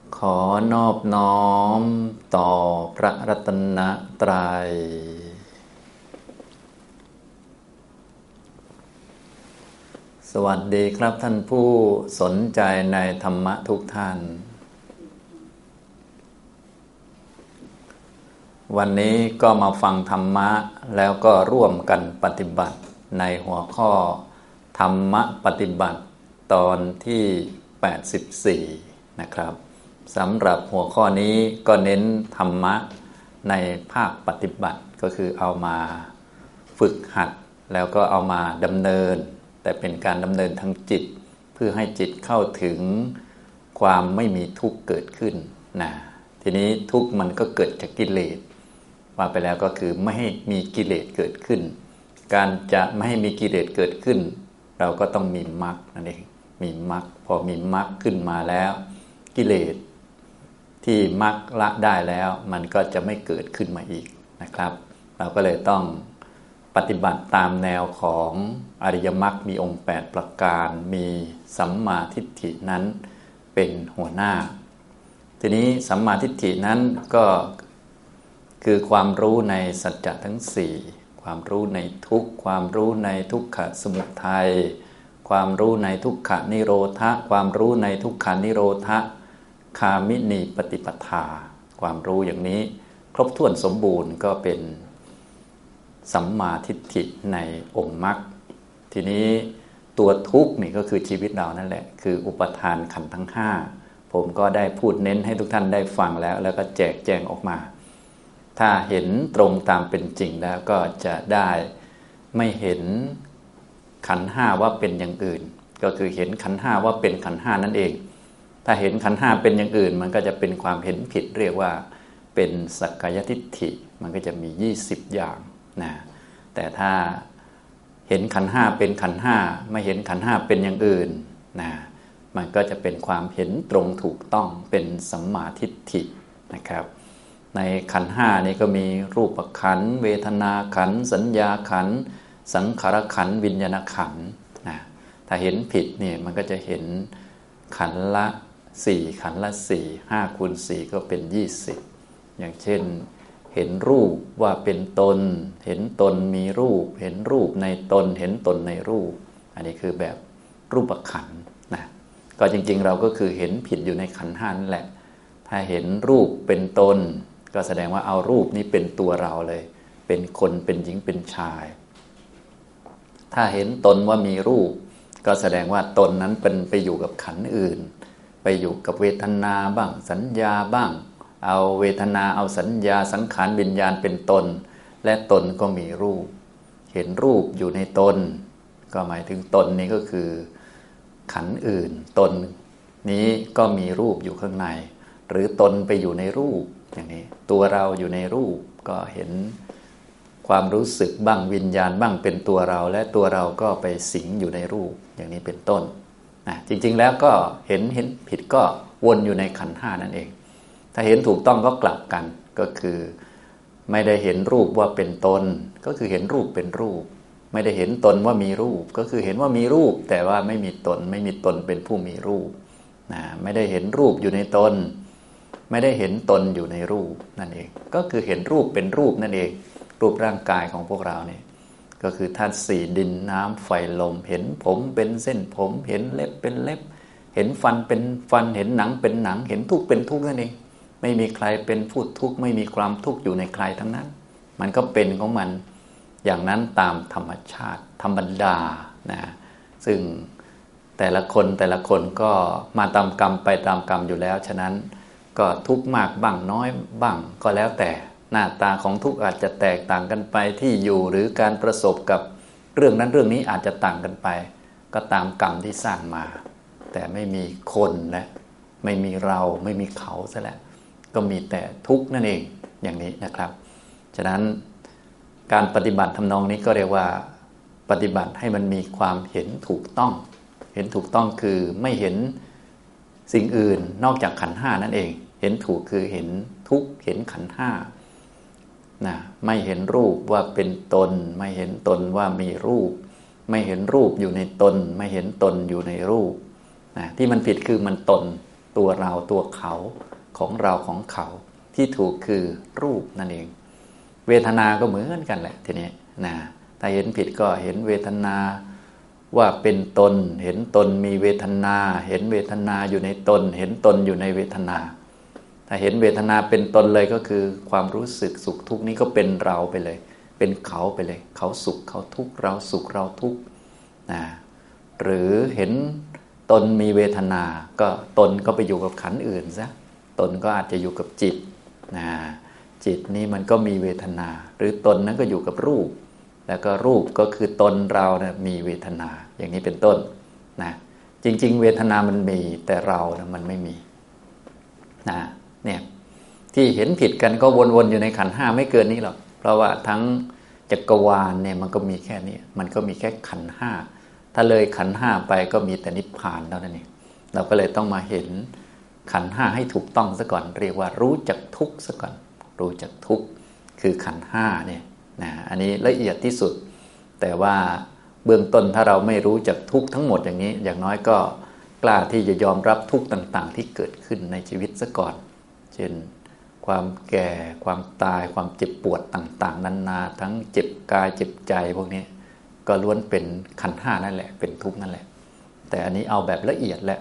ขอนอบน้อมต่อพระรัตนตรัยสวัสดีครับท่านผู้สนใจในธรรมะทุกท่านวันนี้ก็มาฟังธรรมะแล้วก็ร่วมกันปฏิบัติในหัวข้อธรรมะปฏิบัติตอนที่84นะครับสำหรับหัวข้อนี้ก็เน้นธรรมะในภาคปฏิบัติก็คือเอามาฝึกหัดแล้วก็เอามาดำเนินแต่เป็นการดำเนินทางจิตเพื่อให้จิตเข้าถึงความไม่มีทุกข์เกิดขึ้นนะทีนี้ทุกข์มันก็เกิดจากกิเลสว่าไปแล้วก็คือไม่ให้มีกิเลสเกิดขึ้นการจะไม่ให้มีกิเลสเกิดขึ้นเราก็ต้องมีมรรคนั่นเองมีมรรคพอมีมรรคขึ้นมาแล้วกิเลสที่มรรคละได้แล้วมันก็จะไม่เกิดขึ้นมาอีกนะครับเราก็เลยต้องปฏิบัติตามแนวของอริยมรรคมีองค์8ประการมีสัมมาทิฏฐินั้นเป็นหัวหน้าทีนี้สัมมาทิฏฐินั้นก็คือความรู้ในสัจจะทั้ง4ความรู้ในทุกข์ความรู้ในทุกขสมุทัยความรู้ในทุกขนิโรธะความรู้ในทุกขานิโรธะคามินีปฏิปทาความรู้อย่างนี้ครบถ้วนสมบูรณ์ก็เป็นสัมมาทิฏฐิในองค์มรรคทีนี้ตัวทุกข์นี่ก็คือชีวิตเรานั่นแหละคืออุปทานขันธ์ทั้ง5ผมก็ได้พูดเน้นให้ทุกท่านได้ฟังแล้วก็แจกแจงออกมาถ้าเห็นตรงตามเป็นจริงแล้วก็จะได้ไม่เห็นขันธ์5ว่าเป็นอย่างอื่นก็คือเห็นขันธ์5ว่าเป็นขันธ์5นั่นเองถ้าเห็นขันธ์5เป็นอย่างอื่นมันก็จะเป็นความเห็นผิดเรียกว่าเป็นสักกายทิฏฐิมันก็จะมี20อย่างนะแต่ถ้าเห็นขันธ์5เป็นขันธ์5ไม่เห็นขันธ์5เป็นอย่างอื่นนะมันก็จะเป็นความเห็นตรงถูกต้องเป็นสัมมาทิฏฐินะครับในขันธ์5นี้ก็มีรูปขันธ์เวทนาขันธ์สัญญาขันธ์สังขารขันธ์วิญญาณขันธ์นะถ้าเห็นผิดเนี่ยมันก็จะเห็นขันธ์ละ4ขันธ์ละ4 5คูณ4ก็เป็น20อย่างเช่นเห็นรูปว่าเป็นตนเห็นตนมีรูปเห็นรูปในตนเห็นตนในรูปอันนี้คือแบบรูปขันธ์นะก็จริงๆเราก็คือเห็นผิดอยู่ในขันธ์5นั่นแหละถ้าเห็นรูปเป็นตนก็แสดงว่าเอารูปนี้เป็นตัวเราเลยเป็นคนเป็นหญิงเป็นชายถ้าเห็นตนว่ามีรูปก็แสดงว่าตนนั้นเป็นไปอยู่กับขันธ์อื่นไปอยู่กับเวทนาบ้างสัญญาบ้างเอาเวทนาเอาสัญญาสังขารวิญญาณเป็นตนและตนก็มีรูปเห็นรูปอยู่ในตนก็หมายถึงตนนี้ก็คือขันธ์อื่นตนนี้ก็มีรูปอยู่ข้างในหรือตนไปอยู่ในรูปอย่างนี้ตัวเราอยู่ในรูปก็เห็นความรู้สึกบ้างวิญญาณบ้างเป็นตัวเราและตัวเราก็ไปสิงอยู่ในรูปอย่างนี้เป็นต้นนะจริงๆแล้วก็เห็นผิดก็วนอยู่ในขันธ์5นั่นเองถ้าเห็นถูกต้องก็กลับกันก็คือไม่ได้เห็นรูปว่าเป็นตนก็คือเห็นรูปเป็นรูปไม่ได้เห็นตนว่ามีรูปก็คือเห็นว่ามีรูปแต่ว่าไม่มีตนไม่มีตนเป็นผู้มีรูปนะไม่ได้เห็นรูปอยู่ในตนไม่ได้เห็นตนอยู่ในรูปนั่นเองก็คือเห็นรูปเป็นรูปนั่นเองรูปร่างกายของพวกเราเนี่ยก็คือธาตุ4ดินน้ำไฟลมเห็นผมเป็นเส้นผมเห็นเล็บเป็นเล็บเห็นฟันเป็นฟันเห็นหนังเป็นหนังเห็นทุกข์เป็นทุกข์นั่นเองไม่มีใครเป็นผู้ทุกข์ไม่มีความทุกข์อยู่ในใครทั้งนั้นมันก็เป็นของมันอย่างนั้นตามธรรมชาติธรรมดานะซึ่งแต่ละคนก็มาตามกรรมไปตามกรรมอยู่แล้วฉะนั้นก็ทุกข์มากบ้างน้อยบ้างก็แล้วแต่หน้าตาของทุกข์อาจจะแตกต่างกันไปที่อยู่หรือการประสบกับเรื่องนั้นเรื่องนี้อาจจะต่างกันไปก็ตามกรรมที่สร้างมาแต่ไม่มีคนและไม่มีเราไม่มีเขาซะแล้วก็มีแต่ทุกข์นั่นเองอย่างนี้นะครับฉะนั้นการปฏิบัติทำนองนี้ก็เรียกว่าปฏิบัติให้มันมีความเห็นถูกต้องเห็นถูกต้องคือไม่เห็นสิ่งอื่นนอกจากขันธ์5นั่นเองเห็นถูกคือเห็นทุกข์เห็นขันธ์5นะไม่เห็นรูปว่าเป็นตนไม่เห็นตนว่ามีรูปไม่เห็นรูปอยู่ในตนไม่เห็นตนอยู่ในรูปนะที่มันผิดคือมันตนตัวเราตัวเขาของเราของเขาที่ถูกคือรูปนั่นเองเวทนาก็เหมือนกันแหละทีนี้นะถ้าเห็นผิดก็เห็นเวทนาว่าเป็นตนเห็นตนมีเวทนาเห็นเวทนาอยู่ในตนเห็นตนอยู่ในเวทนาถ้าเห็นเวทนาเป็นตนเลยก็คือความรู้สึกสุขทุกข์นี้ก็เป็นเราไปเลยเป็นเขาไปเลยเขาสุขเขาทุกข์เราสุขเราทุกข์นะหรือเห็นตนมีเวทนาก็ตนก็ไปอยู่กับขันธ์อื่นซะตนก็อาจจะอยู่กับจิตนะจิตนี้มันก็มีเวทนาหรือตนนั้นก็อยู่กับรูปแล้วก็รูปก็คือตนเรานะมีเวทนาอย่างนี้เป็นต้นนะจริงๆเวทนามันมีแต่เรานะมันไม่มีนะเนี่ยที่เห็นผิดกันก็วนๆอยู่ในขันธ์ห้าไม่เกินนี้หรอกเพราะว่าทั้งจักรวาลเนี่ยมันก็มีแค่นี้มันก็มีแค่ขันธ์ห้าถ้าเลยขันธ์ห้าไปก็มีแต่นิพพานเท่านั้นเองเราก็เลยต้องมาเห็นขันธ์ห้าให้ถูกต้องซะก่อนเรียกว่ารู้จักทุกข์ซะก่อนรู้จักทุกข์คือขันธ์ห้าเนี่ยนะอันนี้ละเอียดที่สุดแต่ว่าเบื้องต้นถ้าเราไม่รู้จักทุกข์ทั้งหมดอย่างนี้อย่างน้อยก็กล้าที่จะยอมรับทุกข์ต่างๆที่เกิดขึ้นในชีวิตซะก่อนเช่นความแก่ความตายความเจ็บปวดต่างๆนานาทั้งเจ็บกายเจ็บใจพวกนี้ก็ล้วนเป็นขันธ์ห้านั่นแหละเป็นทุกข์นั่นแหละแต่อันนี้เอาแบบละเอียดแล้ว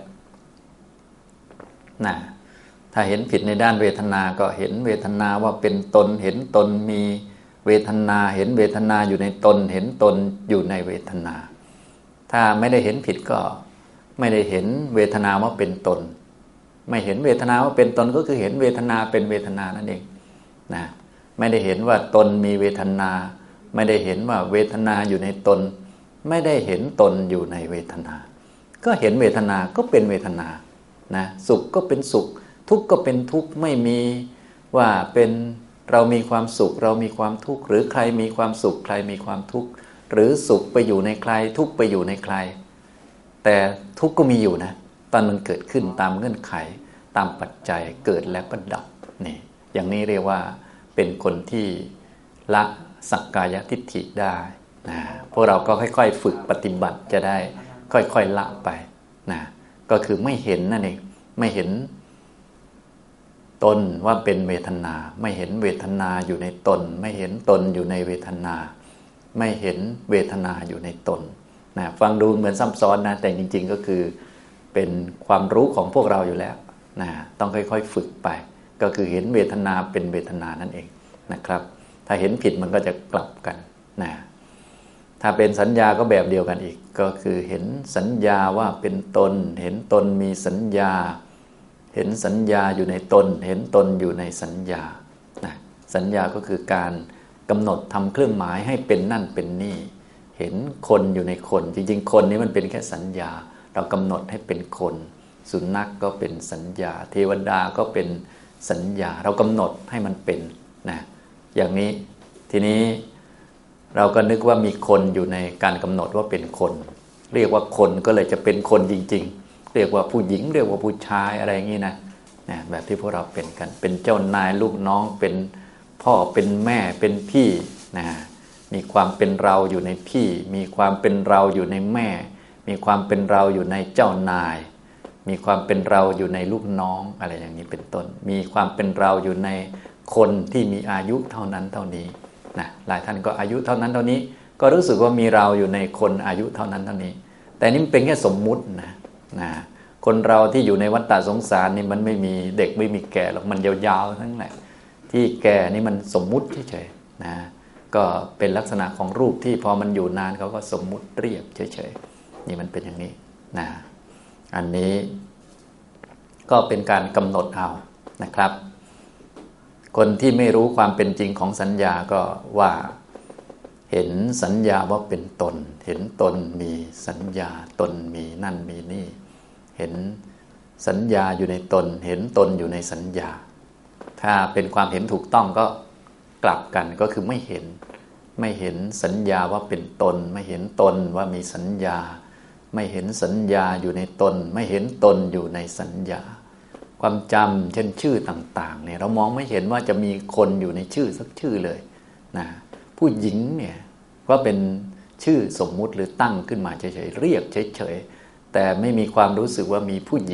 นะถ้าเห็นผิดในด้านเวทนาก็เห็นเวทนาว่าเป็นตนเห็นตนมีเวทนาเห็นเวทนาอยู่ในตนเห็นตนอยู่ในเวทนาถ้าไม่ได้เห็นผิดก็ไม่ได้เห็นเวทนาว่าเป็นตนไม่เห็นเวทนาว่าเป็นตนก็คือเห็นเวทนาเป็นเวทนานั่นเองนะไม่ได้เห็นว่าตนมีเวทนาไม่ได้เห็นว่าเวทนาอยู่ในตนไม่ได้เห็นตนอยู่ในเวทนาก็เห็นเวทนาก็เป็นเวทนานะสุขก็เป็นสุขทุกข์ก็เป็นทุกข์ไม่มีว่าเป็นเรามีความสุขเรามีความทุกข์หรือใครมีความสุขใครมีความทุกข์หรือสุขไปอยู่ในใครทุกข์ไปอยู่ในใครแต่ทุกข์ก็มีอยู่นะตอนมันเกิดขึ้นตามเงื่อนไขตามปัจจัยเกิดแล้วก็ดับนี่อย่างนี้เรียกว่าเป็นคนที่ละสักกายทิฏฐิได้นะพวกเราก็ค่อยๆฝึกปฏิบัติจะได้ค่อยๆละไปนะก็คือไม่เห็นนั่นเองไม่เห็นตนว่าเป็นเวทนาไม่เห็นเวทนาอยู่ในตนไม่เห็นตนอยู่ในเวทนาไม่เห็นเวทนาอยู่ในตนนะฟังดูเหมือนซับซ้อนนะแต่จริงๆก็คือเป็นความรู้ของพวกเราอยู่แล้วนะต้องค่อยๆฝึกไปก็คือเห็นเวทนาเป็นเวทนานั่นเองนะครับถ้าเห็นผิดมันก็จะกลับกันนะถ้าเป็นสัญญาก็แบบเดียวกันอีกก็คือเห็นสัญญาว่าเป็นตนเห็นตนมีสัญญาเห็นสัญญาอยู่ในตนเห็นตนอยู่ในสัญญานะสัญญาก็คือการกำหนดทำเครื่องหมายให้เป็นนั่นเป็นนี่เห็นคนอยู่ในคนจริงๆคนนี้มันเป็นแค่สัญญาเรากำหนดให้เป็นคนสุนัขก็เป็นสัญญาเทวดาก็เป็นสัญญาเรากำหนดให้มันเป็นนะอย่างนี้ทีนี้เราก็นึกว่ามีคนอยู่ในการกำหนดว่าเป็นคนเรียกว่าคนก็เลยจะเป็นคนจริงๆเรียกว่าผู้หญิงเรียกว่าผู้ชายอะไรอย่างนี้นะแบบที่พวกเราเป็นกันเป็นเจ้านายลูกน้องเป็นพ่อเป็นแม่เป็นพี่นะมีความเป็นเราอยู่ในพี่มีความเป็นเราอยู่ในแม่มีความเป็นเราอยู่ในเจ้านายมีความเป็นเราอยู่ในลูกน้องอะไรอย่างนี้เป็นต้นมีความเป็นเราอยู่ในคนที่มีอายุเท่านั้นเท่านี้นะหลายท่านก็อายุเท่านั้นเท่านี้ก็รู้สึกว่ามีเราอยู่ในคนอายุเท่านั้นเท่านี้แต่นี่มันเป็นแค่สมมุตินะคนเราที่อยู่ในวัฏฏะสงสารนี่มันไม่มีเด็กไม่มีแก่หรอกมันยาวๆทั้งแหละที่แก่นี่มันสมมุติเฉยๆนะก็เป็นลักษณะของรูปที่พอมันอยู่นานเขาก็สมมุติเรียบเฉยๆนี่มันเป็นอย่างนี้นะอันนี้ก็เป็นการกำหนดเอานะครับคนที่ไม่รู้ความเป็นจริงของสัญญาก็ว่าเห็นสัญญาว่าเป็นตนเห็นตนมีสัญญาตนมีนั่นมีนี่เห็นสัญญาอยู่ในตนเห็นตนอยู่ในสัญญาถ้าเป็นความเห็นถูกต้องก็กลับกันก็คือไม่เห็นสัญญาว่าเป็นตนไม่เห็นตนว่ามีสัญญาไม่เห็นสัญญาอยู่ในตนไม่เห็นตนอยู่ในสัญญาความจำเช่นชื่อต่างๆเนี่ยเรามองไม่เห็นว่าจะมีคนอยู่ในชื่อสักชื่อเลยนะผู้หญิงเนี่ยก็เป็นชื่อสมมุติหรือตั้งขึ้นมาเฉยๆเรียกเฉยๆแต่ไม่มีความรู้สึกว่ามีผู้หญิง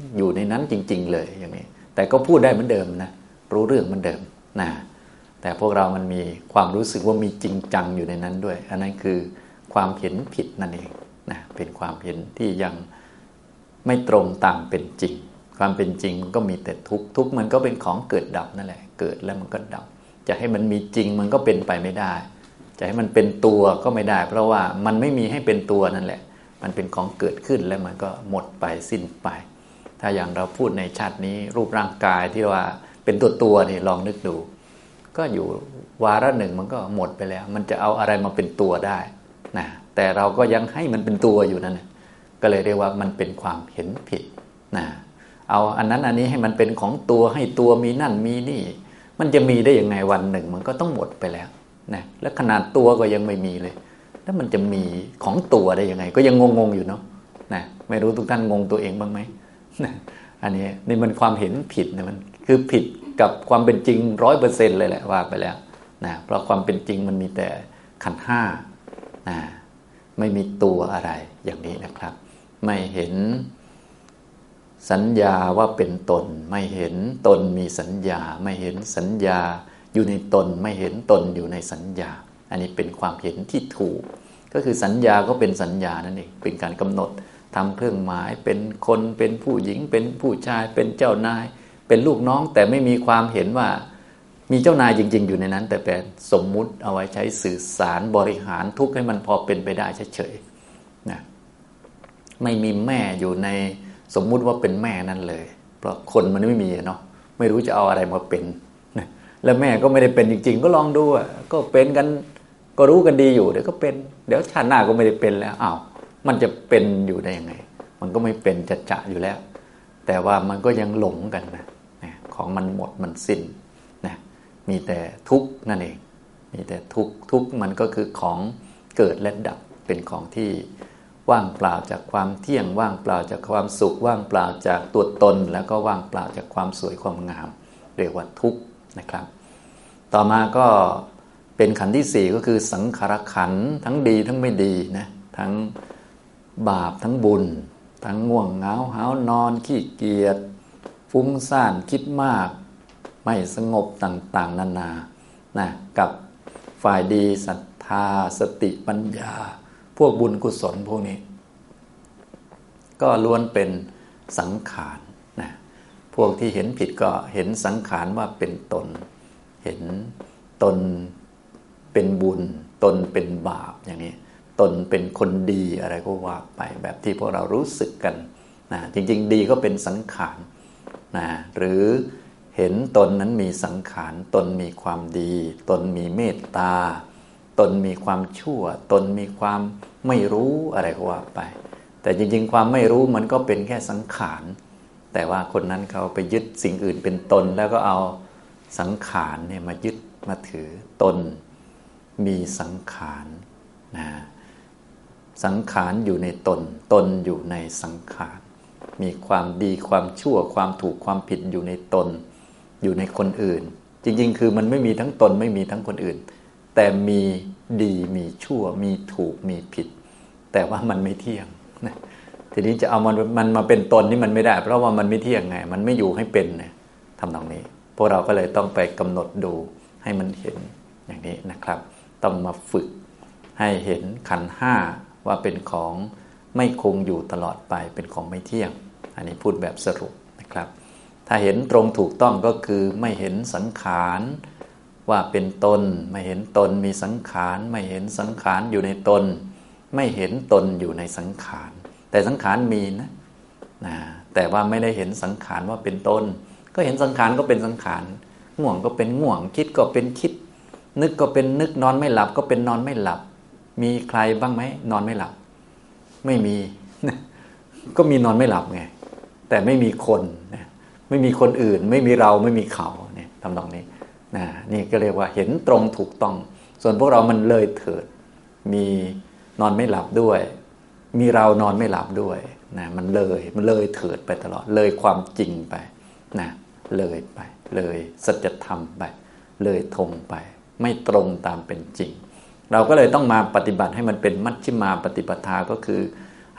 อยู่ในนั้นจริงๆเลยอย่างนี้แต่ก็พูดได้เหมือนเดิมนะรู้เรื่องเหมือนเดิมนะแต่พวกเรามันมีความรู้สึกว่ามีจริงจังอยู่ในนั้นด้วยอันนั้นคือความเห็นผิดนั่นเองนะเป็นความเห็นที่ยังไม่ตรงตามเป็นจริงความเป็นจริงมันก็มีแต่ทุกข์ทุกข์มันก็เป็นของเกิดดับนั่นแหละเกิดแล้วมันก็ดับจะให้มันมีจริงมันก็เป็นไปไม่ได้จะให้มันเป็นตัวก็ไม่ได้เพราะว่ามันไม่มีให้เป็นตัวนั่นแหละมันเป็นของเกิดขึ้นแล้วมันก็หมดไปสิ้นไปถ้าอย่างเราพูดในชาตินี้รูปร่างกายที่ว่าเป็นตัวนี่ลองนึกดูก็อยู่วาระหนึ่งมันก็หมดไปแล้วมันจะเอาอะไรมาเป็นตัวได้นะแต่เราก็ยังให้มันเป็นตัวอยู่นั่นแหละก็เลยเรียกว่ามันเป็นความเห็นผิดนะเอาอันนั้นอันนี้ให้มันเป็นของตัวให้ตัวมีนั่นมีนี่มันจะมีได้ยังไงวันหนึ่งมันก็ต้องหมดไปแล้วนะและขนาดตัวก็ยังไม่มีเลยแล้วมันจะมีของตัวได้ยังไงก็ยังงงๆอยู่เนาะนะไม่รู้ทุกท่านงงตัวเองบ้างไหมนะอันนี้นี่มันความเห็นผิดนะมันคือผิดกับความเป็นจริง 100% เลยแหละว่าไปแล้วนะเพราะความเป็นจริงมันมีแต่ขันธ์ห้านะไม่มีตัวอะไรอย่างนี้นะครับไม่เห็นสัญญาว่าเป็นตนไม่เห็นตนมีสัญญาไม่เห็นสัญญาอยู่ในตนไม่เห็นตนอยู่ในสัญญาอันนี้เป็นความเห็นที่ถูกก็คือสัญญาก็เป็นสัญญานั่นเองเป็นการกำหนดทำเครื่องหมายเป็นคนเป็นผู้หญิงเป็นผู้ชายเป็นเจ้านายเป็นลูกน้องแต่ไม่มีความเห็นว่ามีเจ้านายจริงๆอยู่ในนั้นแต่เป็นสมมุติเอาไว้ใช้สื่อสารบริหารทุกข์ให้มันพอเป็นไปได้เฉยๆนะไม่มีแม่อยู่ในสมมุติว่าเป็นแม่นั่นเลยเพราะคนมันไม่มีเนาะไม่รู้จะเอาอะไรมาเป็นนะแล้วแม่ก็ไม่ได้เป็นจริงๆก็ลองดูก็เป็นกันก็รู้กันดีอยู่เดี๋ยวก็เป็นเดี๋ยวชาติหน้าก็ไม่ได้เป็นแล้วอ้าวมันจะเป็นอยู่ได้ยังไงมันก็ไม่เป็นจัดจะอยู่แล้วแต่ว่ามันก็ยังหลงกันนะของมันหมดมันสิ้นนะมีแต่ทุกข์นั่นเองมีแต่ทุกข์มันก็คือของเกิดและดับเป็นของที่ว่างเปล่าจากความเที่ยงว่างเปล่าจากความสุขว่างเปล่าจากตัวตนแล้วก็ว่างเปล่าจากความสวยความงามเรียกว่าทุกข์นะครับต่อมาก็เป็นขันธ์ที่สี่ก็คือสังขารขันธ์ทั้งดีทั้งไม่ดีนะทั้งบาปทั้งบุญทั้งง่วงเหงาหาวนอนขี้เกียจฟุ้งซ่านคิดมากไม่สงบต่างๆนานานะกับฝ่ายดีศรัทธาสติปัญญาพวกบุญกุศลพวกนี้ก็ล้วนเป็นสังขารนะพวกที่เห็นผิดก็เห็นสังขารว่าเป็นตนเห็นตนเป็นบุญตนเป็นบาปอย่างนี้ตนเป็นคนดีอะไรก็ว่าไปแบบที่พวกเรารู้สึกกันนะจริงๆดีก็เป็นสังขารนะหรือเห็นตนนั้นมีสังขารตนมีความดีตนมีเมตตาตนมีความชั่วตนมีความไม่รู้อะไรก็ว่าไปแต่จริงๆความไม่รู้มันก็เป็นแค่สังขารแต่ว่าคนนั้นเขาไปยึดสิ่งอื่นเป็นตนแล้วก็เอาสังขารเนี่ยมายึดมาถือตนมีสังขารนะสังขารอยู่ในตนตนอยู่ในสังขารมีความดีความชั่วความถูกความผิดอยู่ในตนอยู่ในคนอื่นจริงๆคือมันไม่มีทั้งตนไม่มีทั้งคนอื่นแต่มีดีมีชั่วมีถูกมีผิดแต่ว่ามันไม่เที่ยงนะทีนี้จะเอามันมาเป็นตนนี่มันไม่ได้เพราะว่ามันไม่เที่ยงไงมันไม่อยู่ให้เป็นนะทำตรงนี้พวกเราก็เลยต้องไปกำหนดดูให้มันเห็นอย่างนี้นะครับต้องมาฝึกให้เห็นขันธ์ห้าว่าเป็นของไม่คงอยู่ตลอดไปเป็นของไม่เที่ยงอันนี้พูดแบบสรุปนะครับถ้าเห็นตรงถูกต้องก็คือไม่เห็นสังขารว่าเป็นตนไม่เห็นตนมีสังขารไม่เห็นสังขารอยู่ในตนไม่เห็นตนอยู่ในสังขารแต่สังขารมีนะแต่ว่าไม่ได้เห็นสังขารว่าเป็นตนก็เห็นสังขารก็เป็นสังขารง่วงก็เป็นง่วงคิดก็เป็นคิดนึกก็เป็นนึกนอนไม่หลับก็เป็นนอนไม่หลับมีใครบ้างไหมนอนไม่หลับไม่มีก็มีนอนไม่หลับไงแต่ไม่มีคนไม่มีคนอื่นไม่มีเราไม่มีเขาเนี่ยทำตรงนี้นี่ก็เรียกว่าเห็นตรงถูกต้องส่วนพวกเรามันเลยเถิดมีนอนไม่หลับด้วยมีเรานอนไม่หลับด้วยมันเลยเถิดไปตลอดเลยความจริงไปเลยไปเลยสัจธรรมไปเลยธงไปไม่ตรงตามเป็นจริงเราก็เลยต้องมาปฏิบัติให้มันเป็นมัชฌิมาปฏิปทาก็คือใ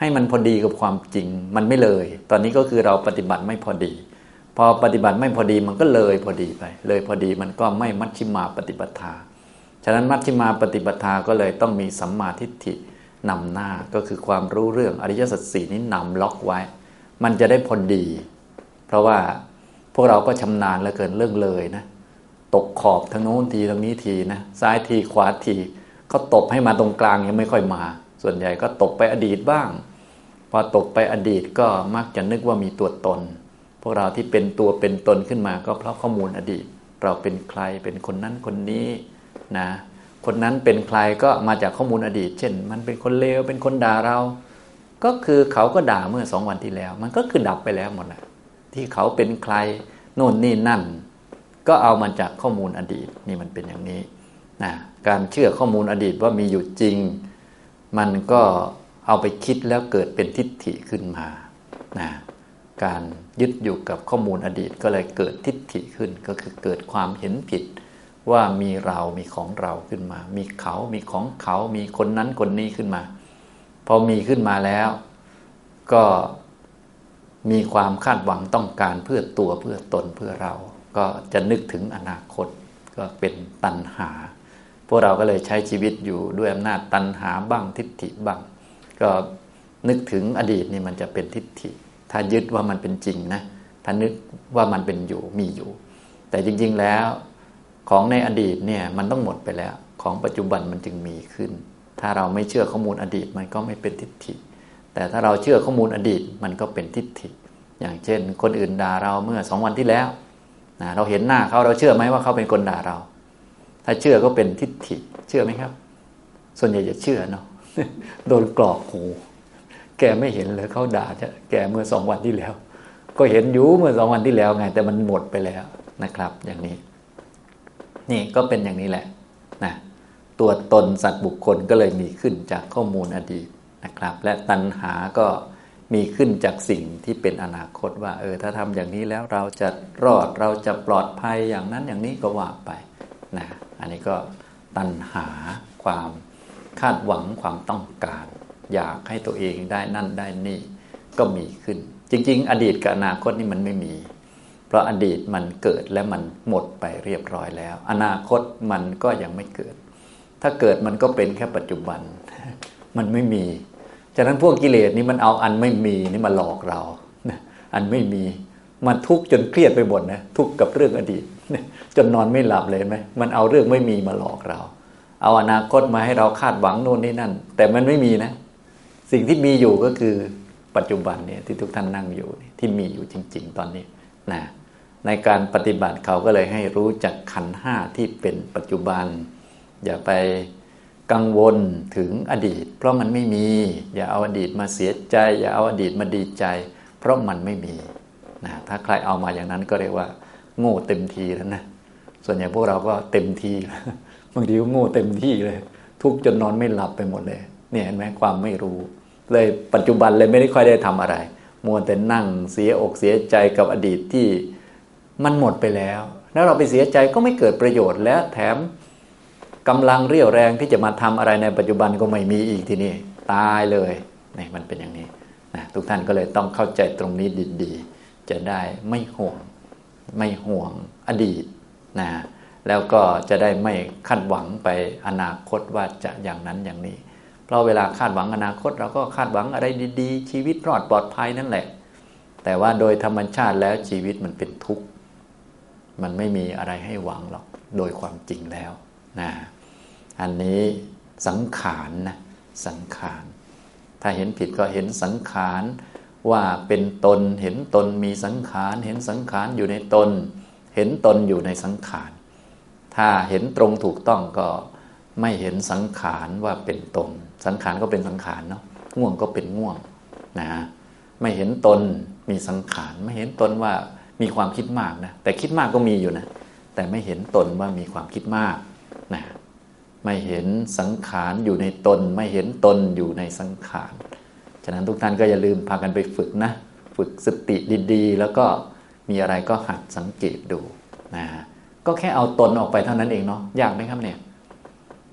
ให้มันพอดีกับความจริงมันไม่เลย ตอนนี้ก็คือเราปฏิบัติไม่พอดีพอปฏิบัติไม่พอดีมันก็เลยพอดีไปเลยพอดีมันก็ไม่มัชฌิมาปฏิปทาฉะนั้นมัชฌิมาปฏิปทาก็เลยต้องมีสัมมาทิฏฐินำหน้าก็คือความรู้เรื่องอริยสัจสี่นี้นำล็อกไว้มันจะได้พอดี เพราะว่าพวกเราก็ชำนาญเหลือเกินเรื่องเลยนะตกขอบทางโน้นทีทางนี้ทีนะซ้ายทีขวาทีเขาตบให้มาตรงกลางยังไม่ค่อยมาส่วนใหญ่ก็ตบไปอดีตบ้างพอตบไปอดีตก็มักจะนึกว่ามีตัวตนพวกเราที่เป็นตัวเป็นตนขึ้นมาก็เพราะข้อมูลอดีตเราเป็นใครเป็นคนนั้นคนนี้นะคนนั้นเป็นใครก็มาจากข้อมูลอดีตเช่นมันเป็นคนเลวเป็นคนด่าเราก็คือเขาก็ด่าเมื่อ2 วันที่แล้วมันก็คือดับไปแล้วหมดนะที่เขาเป็นใครโน่นนี่นั่นก็เอามาจากข้อมูลอดีตนี่มันเป็นอย่างนี้นะการเชื่อข้อมูลอดีตว่ามีอยู่จริงมันก็เอาไปคิดแล้วเกิดเป็นทิฏฐิขึ้นมานะการยึดอยู่กับข้อมูลอดีตก็เลยเกิดทิฏฐิขึ้นก็คือเกิดความเห็นผิดว่ามีเรามีของเราขึ้นมามีเขามีของเขามีคนนั้นคนนี้ขึ้นมาพอมีขึ้นมาแล้วก็มีความคาดหวังต้องการเพื่อตัวเพื่อตนเพื่อเราก็จะนึกถึงอนาคตก็เป็นตัณหาพวกเราก็เลยใช้ชีวิตอยู่ด้วยอำนาจตัณหาบ้างทิฏฐิบ้างก็นึกถึงอดีตนี่มันจะเป็นทิฏฐิถ้ายึดว่ามันเป็นจริงนะถ้านึกว่ามันเป็นอยู่มีอยู่แต่จริงๆแล้วของในอดีตเนี่ยมันต้องหมดไปแล้วของปัจจุบันมันจึงมีขึ้นถ้าเราไม่เชื่อข้อมูลอดีตมันก็ไม่เป็นทิฏฐิแต่ถ้าเราเชื่อข้อมูลอดีตมันก็เป็นทิฏฐิอย่างเช่นคนอื่นด่าเราเมื่อ2 วันที่แล้วนะเราเห็นหน้าเขาเราเชื่อไหมว่าเขาเป็นคนด่าเราถ้าเชื่อก็เป็นทิฏฐิเชื่อไหมครับส่วนใหญ่จะเชื่อเนาะ โดนกรอกหูแกไม่เห็นเลยเขาด่าแกเมื่อ2 วันที่แล้วก็เห็นอยู่เมื่อ2 วันที่แล้วไงแต่มันหมดไปแล้วนะครับอย่างนี้นี่ก็เป็นอย่างนี้แหละนะตัวตนสัตว์บุคคลก็เลยมีขึ้นจากข้อมูลอดีตนะครับและตัณหาก็มีขึ้นจากสิ่งที่เป็นอนาคตว่าถ้าทำอย่างนี้แล้วเราจะรอดเราจะปลอดภัยอย่างนั้นอย่างนี้ก็ว่าไปนะอันนี้ก็ตัณหาความคาดหวังความต้องการอยากให้ตัวเองได้นั่นได้นี่ก็มีขึ้นจริงๆอดีตกับอนาคตนี่มันไม่มีเพราะอดีตมันเกิดและมันหมดไปเรียบร้อยแล้วอนาคตมันก็ยังไม่เกิดถ้าเกิดมันก็เป็นแค่ปัจจุบันมันไม่มีฉะนั้นพวกกิเลสนี่มันเอาอันไม่มีนี่มาหลอกเราอันไม่มีมันทุกข์จนเครียดไปหมดนะทุกข์กับเรื่องอดีตจนนอนไม่หลับเลยไหมมันเอาเรื่องไม่มีมาหลอกเราเอาอนาคตมาให้เราคาดหวังโน่นนี่นั่นแต่มันไม่มีนะสิ่งที่มีอยู่ก็คือปัจจุบันเนี่ยที่ทุกท่านนั่งอยู่ที่มีอยู่จริงๆตอนนี้นะในการปฏิบัติเขาก็เลยให้รู้จักขันธ์ห้าที่เป็นปัจจุบันอย่าไปกังวลถึงอดีตเพราะมันไม่มีอย่าเอาอดีตมาเสียใจอย่าเอาอดีตมาดีใจเพราะมันไม่มีนะถ้าใครเอามาอย่างนั้นก็เรียกว่าโง่เต็มทีแล้วนะส่วนใหญ่พวกเราก็เต็มทีบางทีก็โง่เต็มที่เลยทุกข์จนนอนไม่หลับไปหมดเลยเนี่ยเห็นไหมความไม่รู้เลยปัจจุบันเลยไม่ได้ค่อยได้ทำอะไรมัวแต่นั่งเสียอกเสียใจกับอดีตที่มันหมดไปแล้วแล้วเราไปเสียใจก็ไม่เกิดประโยชน์และแถมกำลังเรี่ยวแรงที่จะมาทำอะไรในปัจจุบันก็ไม่มีอีกทีนี้ตายเลยนี่มันเป็นอย่างนี้นะทุกท่านก็เลยต้องเข้าใจตรงนี้ดีๆจะได้ไม่ห่วงอดีตนะแล้วก็จะได้ไม่คาดหวังไปอนาคตว่าจะอย่างนั้นอย่างนี้เพราะเวลาคาดหวังอนาคตเราก็คาดหวังอะไรดีๆชีวิตรอดปลอดภัยนั่นแหละแต่ว่าโดยธรรมชาติแล้วชีวิตมันเป็นทุกข์มันไม่มีอะไรให้หวังหรอกโดยความจริงแล้วนะอันนี้สังขารนะสังขารถ้าเห็นผิดก็เห็นสังขารว่าเป็นตนเห็นตนมีสังขารเห็นสังขารอยู่ในตนเห็นตนอยู่ในสังขารถ้าเห็นตรงถูกต้องก็ไม่เห็นสังขารว่าเป็นตนสังขารก็เป็นสังขารเนาะง่วงก็เป็นง่วงนะไม่เห็นตนมีสังขารไม่เห็นตนว่ามีความคิดมากนะแต่คิดมากก็มีอยู่นะแต่ไม่เห็นตนว่ามีความคิดมากนะไม่เห็นสังขารอยู่ในตนไม่เห็นตนอยู่ในสังขารฉะนั้นทุกท่านก็อย่าลืมพากันไปฝึกนะฝึกสติดีๆแล้วก็มีอะไรก็หัดสังเกตดูนะก็แค่เอาตนออกไปเท่านั้นเองเนาะยากไหมครับเนี่ย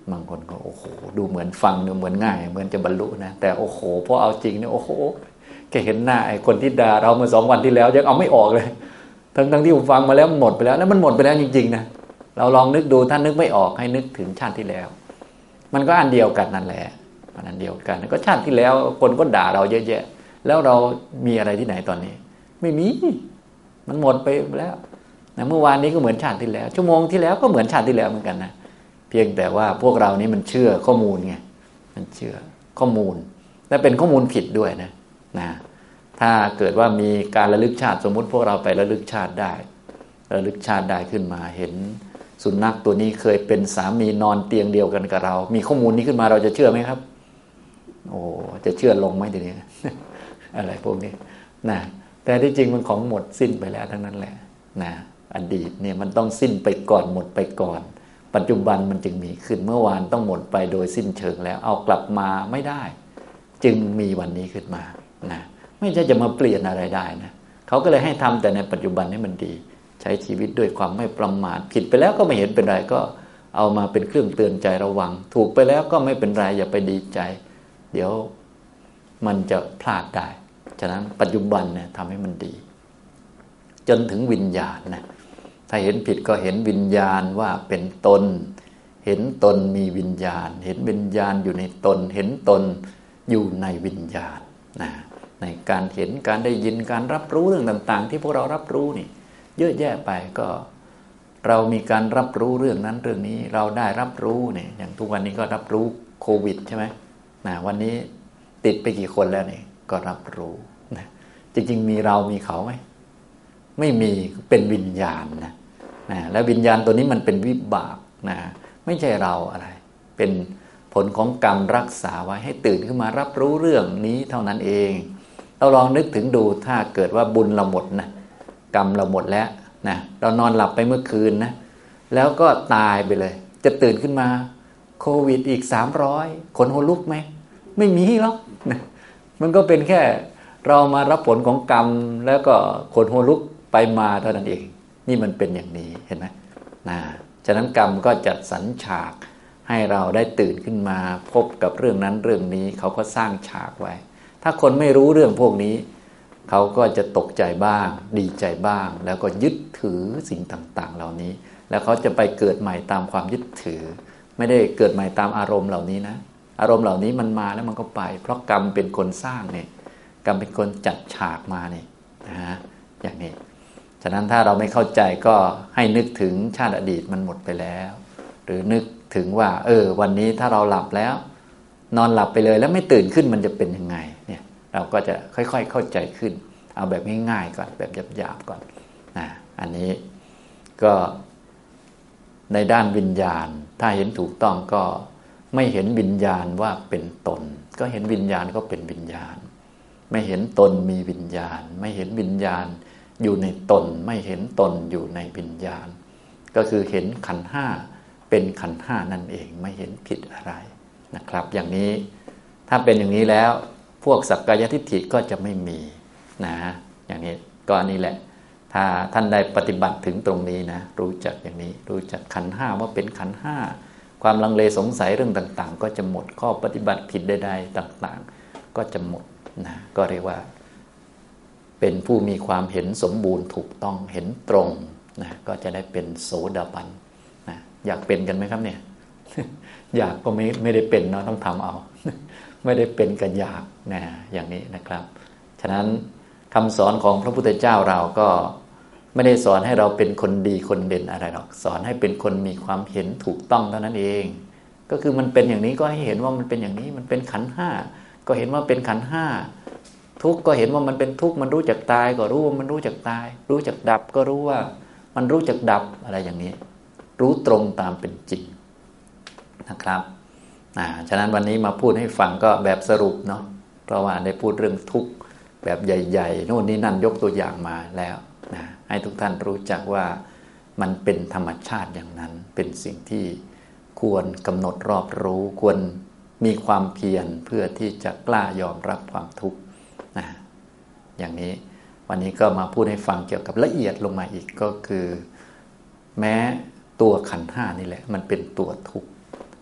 บางคนก็โอ้โหดูเหมือนฟังดูเหมือนง่ายเหมือนจะบรรลุนะแต่โอ้โหพอเอาจริงเนี่ยโอ้โหแกเห็นหน้าไอ้คนที่ด่าเราเมื่อ2 วันที่แล้วยังเอาไม่ออกเลยทั้งที่ผมฟังมาแล้วหมดไปแล้วแล้วมันหมดไปแล้วจริงๆนะเราลองนึกดูถ้านึกไม่ออกให้นึกถึงชาติที่แล้วมันก็อันเดียวกันนั่นแหละมันอันเดียวกันก็ชาติที่แล้วคนก็ด่าเราเยอะแยะแล้วเรามีอะไรที่ไหนตอนนี้ไม่มีมันหมดไปแล้วนะเมื่อวานนี้ก็เหมือนชาติที่แล้วชั่วโมงที่แล้วก็เหมือนชาติที่แล้วเหมือนกันนะเพียงแต่ว่าพวกเรานี้มันเชื่อข้อมูลไงมันเชื่อข้อมูลและเป็นข้อมูลผิดด้วยนะถ้าเกิดว่ามีการระลึกชาติสมมุติพวกเราไประลึกชาติได้ระลึกชาติได้ขึ้นมาเห็นสุนัขตัวนี้เคยเป็นสามีนอนเตียงเดียวกันกับเรามีข้อมูลนี้ขึ้นมาเราจะเชื่อไหมครับโอ้จะเชื่อลงไหมทีนี้ อะไรพวกนี้นะแต่ที่จริงมันของหมดสิ้นไปแล้วทั้งนั้นแหละนะอดีตเนี่ยมันต้องสิ้นไปก่อนหมดไปก่อนปัจจุบันมันจึงมีขึ้นเมื่อวานต้องหมดไปโดยสิ้นเชิงแล้วเอากลับมาไม่ได้จึงมีวันนี้ขึ้นมานะไม่ใช่จะมาเปลี่ยนอะไรได้นะเขาก็เลยให้ทำแต่ในปัจจุบันให้มันดีใช้ชีวิตด้วยความไม่ประมาทผิดไปแล้วก็ไม่เห็นเป็นไรก็เอามาเป็นเครื่องเตือนใจระวังถูกไปแล้วก็ไม่เป็นไรอย่าไปดีใจเดี๋ยวมันจะพลาดได้ฉะนั้นปัจจุบันเนี่ยทำให้มันดีจนถึงวิญญาณนะถ้าเห็นผิดก็เห็นวิญญาณว่าเป็นตนเห็นตนมีวิญญาณเห็นวิญญาณอยู่ในตนเห็นตนอยู่ในวิญญาณนะในการเห็นการได้ยินการรับรู้เรื่องต่างๆที่พวกเรารับรู้นี่เยอะแยะไปก็เรามีการรับรู้เรื่องนั้นเรื่องนี้เราได้รับรู้เนี่ยอย่างทุกวันนี้ก็รับรู้โควิดใช่ไหมนะวันนี้ติดไปกี่คนแล้วนี่ก็รับรู้นะจริงๆมีเรามีเขาไหมไม่มีเป็นวิญญาณนะแล้ววิญญาณตัวนี้มันเป็นวิบากนะไม่ใช่เราอะไรเป็นผลของกรรมรักษาไว้ให้ตื่นขึ้นมารับรู้เรื่องนี้เท่านั้นเองเราลองนึกถึงดูถ้าเกิดว่าบุญเราหมดนะกรรมเราหมดแล้วนะเรานอนหลับไปเมื่อคืนนะแล้วก็ตายไปเลยจะตื่นขึ้นมาโควิดอีก300ขนหัวลุกไหมไม่มีหรอกนะมันก็เป็นแค่เรามารับผลของกรรมแล้วก็ขนหัวลุกไปมาเท่านั้นเองนี่มันเป็นอย่างนี้เห็นไหมฉะนั้นกรรมก็จัดสรรฉากให้เราได้ตื่นขึ้นมาพบกับเรื่องนั้นเรื่องนี้เขาก็สร้างฉากไว้ถ้าคนไม่รู้เรื่องพวกนี้เขาก็จะตกใจบ้างดีใจบ้างแล้วก็ยึดถือสิ่งต่างๆเหล่านี้แล้วเขาจะไปเกิดใหม่ตามความยึดถือไม่ได้เกิดใหม่ตามอารมณ์เหล่านี้นะอารมณ์เหล่านี้มันมาแล้วมันก็ไปเพราะกรรมเป็นคนสร้างเนี่ยกรรมเป็นคนจัดฉากมาเนี่ยอย่างนี้ฉะนั้นถ้าเราไม่เข้าใจก็ให้นึกถึงชาติอดีตมันหมดไปแล้วหรือนึกถึงว่าวันนี้ถ้าเราหลับแล้วนอนหลับไปเลยแล้วไม่ตื่นขึ้นมันจะเป็นยังไงเนี่ยเราก็จะค่อยๆเข้าใจขึ้นเอาแบบง่ายๆก่อนแบบหยาบๆก่อนอันนี้ก็ในด้านวิญญาณถ้าเห็นถูกต้องก็ไม่เห็นวิญญาณว่าเป็นตนก็เห็นวิญญาณก็เป็นวิญญาณไม่เห็นตนมีวิญญาณไม่เห็นวิญญาณอยู่ในตนไม่เห็นตนอยู่ในวิญญาณก็คือเห็นขันธ์ห้าเป็นขันธ์ห้านั่นเองไม่เห็นผิดอะไรนะครับอย่างนี้ถ้าเป็นอย่างนี้แล้วพวกสักกายทิฏฐิก็จะไม่มีนะอย่างนี้ก็อันนี้แหละถ้าท่านได้ปฏิบัติถึงตรงนี้นะรู้จักอย่างนี้รู้จักขันธ์ห้าว่าเป็นขันธ์ห้าความลังเลสงสัยเรื่องต่างๆก็จะหมดข้อปฏิบัติผิดใดๆต่างๆก็จะหมดนะก็เรียกว่าเป็นผู้มีความเห็นสมบูรณ์ถูกต้องเห็นตรงนะก็จะได้เป็นโสดาบันนะอยากเป็นกันไหมครับเนี่ย อยากก็ไม่ได้เป็นเนาะต้องทำเอา ไม่ได้เป็นกันอยากนะอย่างนี้นะครับฉะนั้นคำสอนของพระพุทธเจ้าเราก็ไม่ได้สอนให้เราเป็นคนดีคนเด่นอะไรหรอกสอนให้เป็นคนมีความเห็นถูกต้องเท่านั้นเองก็คือมันเป็นอย่างนี้ก็ให้เห็นว่ามันเป็นอย่างนี้มันเป็นขันธ์ห้าก็เห็นว่าเป็นขันธ์ห้าทุกข์ก็เห็นว่ามันเป็นทุกข์มันรู้จักตายก็รู้ว่ามันรู้จักตายรู้จักดับก็รู้ว่ามันรู้จักดับอะไรอย่างนี้รู้ตรงตามเป็นจริงนะครับฉะนั้นวันนี้มาพูดให้ฟังก็แบบสรุปเนาะเพราะว่าได้พูดเรื่องทุกข์แบบใหญ่ๆโน่นนี่นั่นยกตัวอย่างมาแล้วนะให้ทุกท่านรู้จักว่ามันเป็นธรรมชาติอย่างนั้นเป็นสิ่งที่ควรกำหนดรอบรู้ควรมีความเพียรเพื่อที่จะกล้ายอมรับความทุกข์นะอย่างนี้วันนี้ก็มาพูดให้ฟังเกี่ยวกับละเอียดลงมาอีกก็คือแม้ตัวขันธ์ห้านี่แหละมันเป็นตัวทุกข์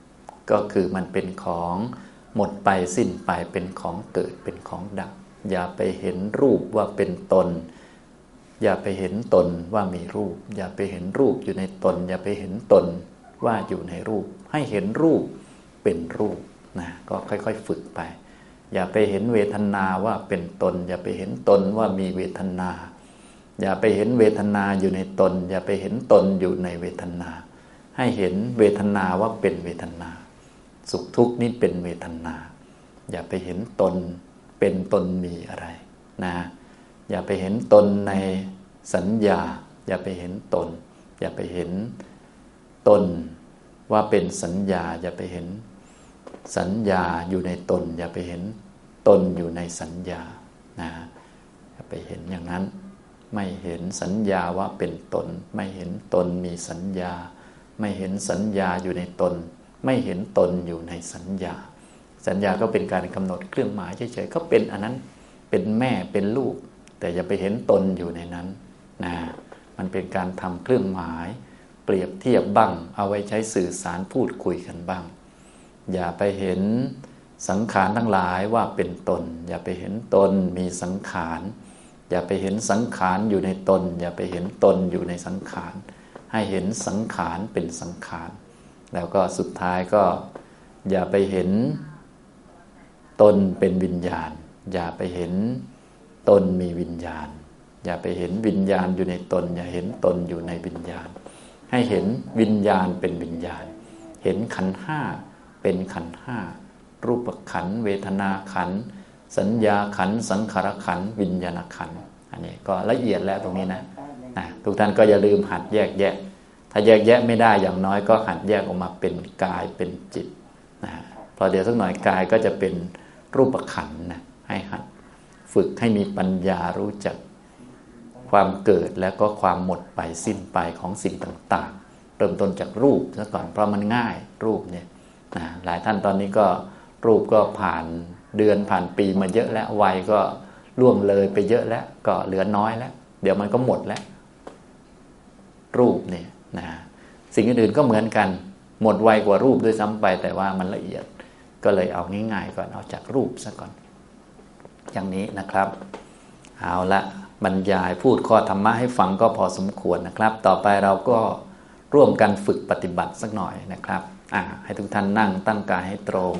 ก็คือมันเป็นของหมดไปสิ้นไปเป็นของเกิดเป็นของดับอย่าไปเห็นรูปว่าเป็นตนอย่าไปเห็นตนว่ามีรูปอย่าไปเห็นรูปอยู่ในตนอย่าไปเห็นตนว่าอยู่ในรูปให้เห็นรูปเป็นรูปนะก็ค่อยๆฝึกไปอย่าไปเห็นเวทนาว่าเป็นตนอย่าไปเห็นตนว่ามีเวทนาอย่าไปเห็นเวทนาอยู่ในตนอย่าไปเห็นตนอยู่ในเวทนาให้เห็นเวทนาว่าเป็นเวทนาสุขทุกข์นี้เป็นเวทนาอย่าไปเห็นตนเป็นตนมีอะไรนะอย่าไปเห็นตนในสัญญาอย่าไปเห็นตนอย่าไปเห็นตนว่าเป็นสัญญาอย่าไปเห็นสัญญาอยู่ในตนอย่าไปเห็นตนอยู่ในสัญญานะอย่าไปเห็นอย่างนั้นไม่เห็นสัญญาว่าเป็นตนไม่เห็นตนมีสัญญาไม่เห็นสัญญาอยู่ในตนไม่เห็นตนอยู่ในสัญญาสัญญาก็เป็นการกำหนดเครื่องหมายเฉยๆก็เป็นอันนั้นเป็นแม่เป็นลูกแต่อย่าไปเห็นตนอยู่ในนั้นนะมันเป็นการทำเครื่องหมายเปรียบเทียบบ้างเอาไว้ใช้สื่อสารพูดคุยกันบ้างอย่าไปเห็นสังขารทั้งหลายว่าเป็นตนอย่าไปเห็นตนมีสังขารอย่าไปเห็นสังขารอยู่ในตนอย่าไปเห็นตนอยู่ในสังขารให้เห็นสังขารเป็นสังขารแล้วก็สุดท้ายก็อย่าไปเห็นตนเป็นวิญญาณอย่าไปเห็นตนมีวิญญาณอย่าไปเห็นวิญญาณอยู่ในตนอย่าเห็นตนอยู่ในวิญญาณให้เห็นวิญญาณเป็นวิญญาณเห็นขันธ์ห้าเป็นขันธ์ห้ารูปขันธ์เวทนาขันธ์สัญญาขันธ์สังขารขันธ์วิญญาณขันธ์อันนี้ก็ละเอียดแล้วตรงนี้นะทุกท่านก็อย่าลืมหัดแยกแยะถ้าแยกแยะไม่ได้อย่างน้อยก็หัดแยกออกมาเป็นกายเป็นจิตนะพอเดี๋ยวสักหน่อยกายก็จะเป็นรูปขันธ์นะให้หัดฝึกให้มีปัญญารู้จักความเกิดแล้วก็ความหมดไปสิ้นไปของสิ่งต่างๆเริ่มต้นจากรูปซะก่อนเพราะมันง่ายรูปเนี่ยนะหลายท่านตอนนี้ก็รูปก็ผ่านเดือนผ่านปีมาเยอะแล้ววัยก็ล่วงเลยไปเยอะแล้วก็เหลือน้อยแล้วเดี๋ยวมันก็หมดแล้วรูปเนี่ยนะสิ่งอื่นๆก็เหมือนกันหมดไวกว่ารูปด้วยซ้ำไปแต่ว่ามันละเอียดก็เลยเอาง่ายๆก่อนเอาจากรูปซะก่อนอย่างนี้นะครับเอาละบรรยายพูดข้อธรรมะให้ฟังก็พอสมควรนะครับต่อไปเราก็ร่วมกันฝึกปฏิบัติสักหน่อยนะครับให้ทุกท่านนั่งตั้งกายให้ตรง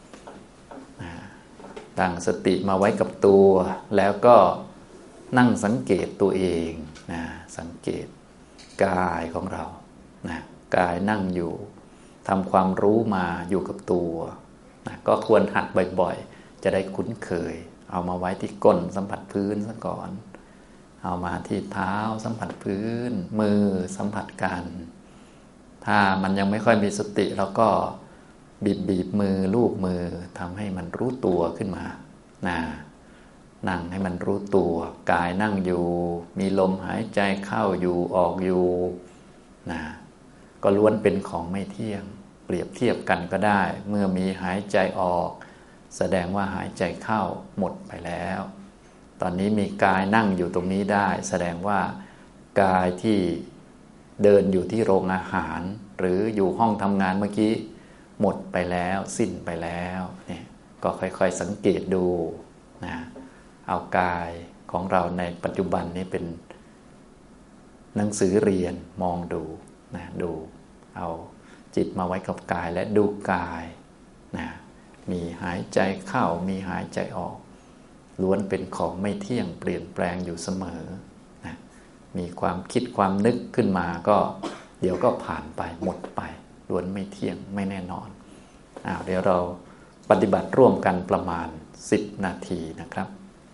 ตั้งสติมาไว้กับตัวแล้วก็นั่งสังเกตตัวเองสังเกตกายของเรากายนั่งอยู่ทำความรู้มาอยู่กับตัวก็ควรหัดบ่อยๆจะได้คุ้นเคยเอามาไว้ที่ก้นสัมผัสพื้นซะก่อนเอามาที่เท้าสัมผัสพื้นมือสัมผัสกันถ้ามันยังไม่ค่อยมีสติเราก็บีบมือลูบมือทำให้มันรู้ตัวขึ้นมานั่งให้มันรู้ตัวกายนั่งอยู่มีลมหายใจเข้าอยู่ออกอยู่ก็ล้วนเป็นของไม่เที่ยงเปรียบเทียบกันก็ได้เมื่อมีหายใจออกแสดงว่าหายใจเข้าหมดไปแล้วตอนนี้มีกายนั่งอยู่ตรงนี้ได้แสดงว่ากายที่เดินอยู่ที่โรงอาหารหรืออยู่ห้องทำงานเมื่อกี้หมดไปแล้วสิ้นไปแล้วเนี่ยก็ค่อยๆสังเกตดูเอากายของเราในปัจจุบันนี้เป็นหนังสือเรียนมองดูดูเอาจิตมาไว้กับกายและดูกายมีหายใจเข้ามีหายใจออกล้วนเป็นของไม่เที่ยงเปลี่ยนแปลงอยู่เสมอมีความคิดความนึกขึ้นมาก็เดี๋ยวก็ผ่านไปหมดไปล้วนไม่เที่ยงไม่แน่นอนเดี๋ยวเราปฏิบัติร่วมกันประมาณ10 นาทีนะครับ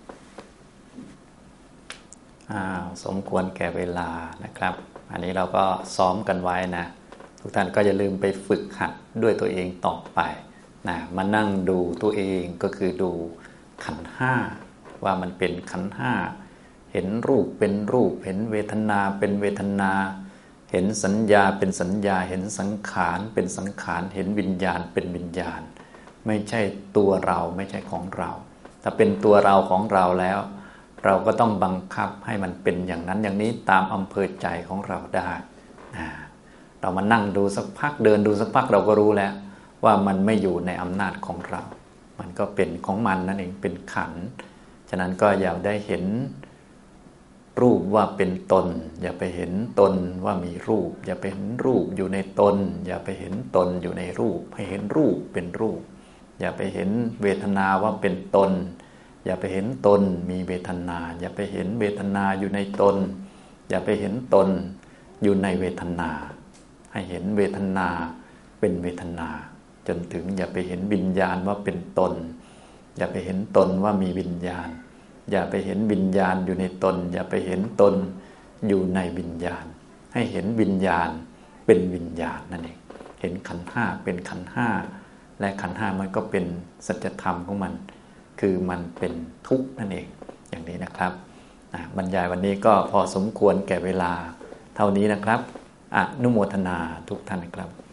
สมควรแก่เวลานะครับอันนี้เราก็ซ้อมกันไว้นะทุกท่านก็อย่าลืมไปฝึกหัดด้วยตัวเองต่อไปมานั่งดูตัวเองก็คือดูขันธ์ห้าว่ามันเป็นขันธ์ห้าเห็นรูปเป็นรูปเห็นเวทนาเป็นเวทนาเห็นสัญญาเป็นสัญญาเห็นสังขารเป็นสังขารเห็นวิญญาณเป็นวิญญาณไม่ใช่ตัวเราไม่ใช่ของเราถ้าเป็นตัวเราของเราแล้วเราก็ต้องบังคับให้มันเป็นอย่างนั้นอย่างนี้ตามอำเภอใจของเราได้เรามานั่งดูสักพักเดินดูสักพักเราก็รู้แล้วว่ามันไม่อยู่ในอำนาจของเรามันก็เป็นของมันนั่นเองเป็นขันธ์ฉะนั้นก็อย่าได้เห็นรูปว่าเป็นตนอย่าไปเห็นตนว่ามีรูปอย่าไปเห็นรูปอยู่ในตนอย่าไปเห็นตนอยู่ในรูปให้เห็นรูปเป็นรูปอย่าไปเห็นเวทนาว่าเป็นตนอย่าไปเห็นตนมีเวทนาอย่าไปเห็นเวทนาอยู่ในตนอย่าไปเห็นตนอยู่ในเวทนาให้เห็นเวทนาเป็นเวทนาจนถึงอย่าไปเห็นวิญญาณว่าเป็นตนอย่าไปเห็นตนว่ามีวิญญาณอย่าไปเห็นวิญญาณอยู่ในตนอย่าไปเห็นตนอยู่ในวิญญาณให้เห็นวิญญาณเป็นวิญญาณนั่นเองเห็นขันธ์ห้าเป็นขันธ์ห้าและขันธ์ห้ามันก็เป็นสัจธรรมของมันคือมันเป็นทุกข์นั่นเองอย่างนี้นะครับบรรยายวันนี้ก็พอสมควรแก่เวลาเท่านี้นะครับอนุโมทนาทุกท่านครับ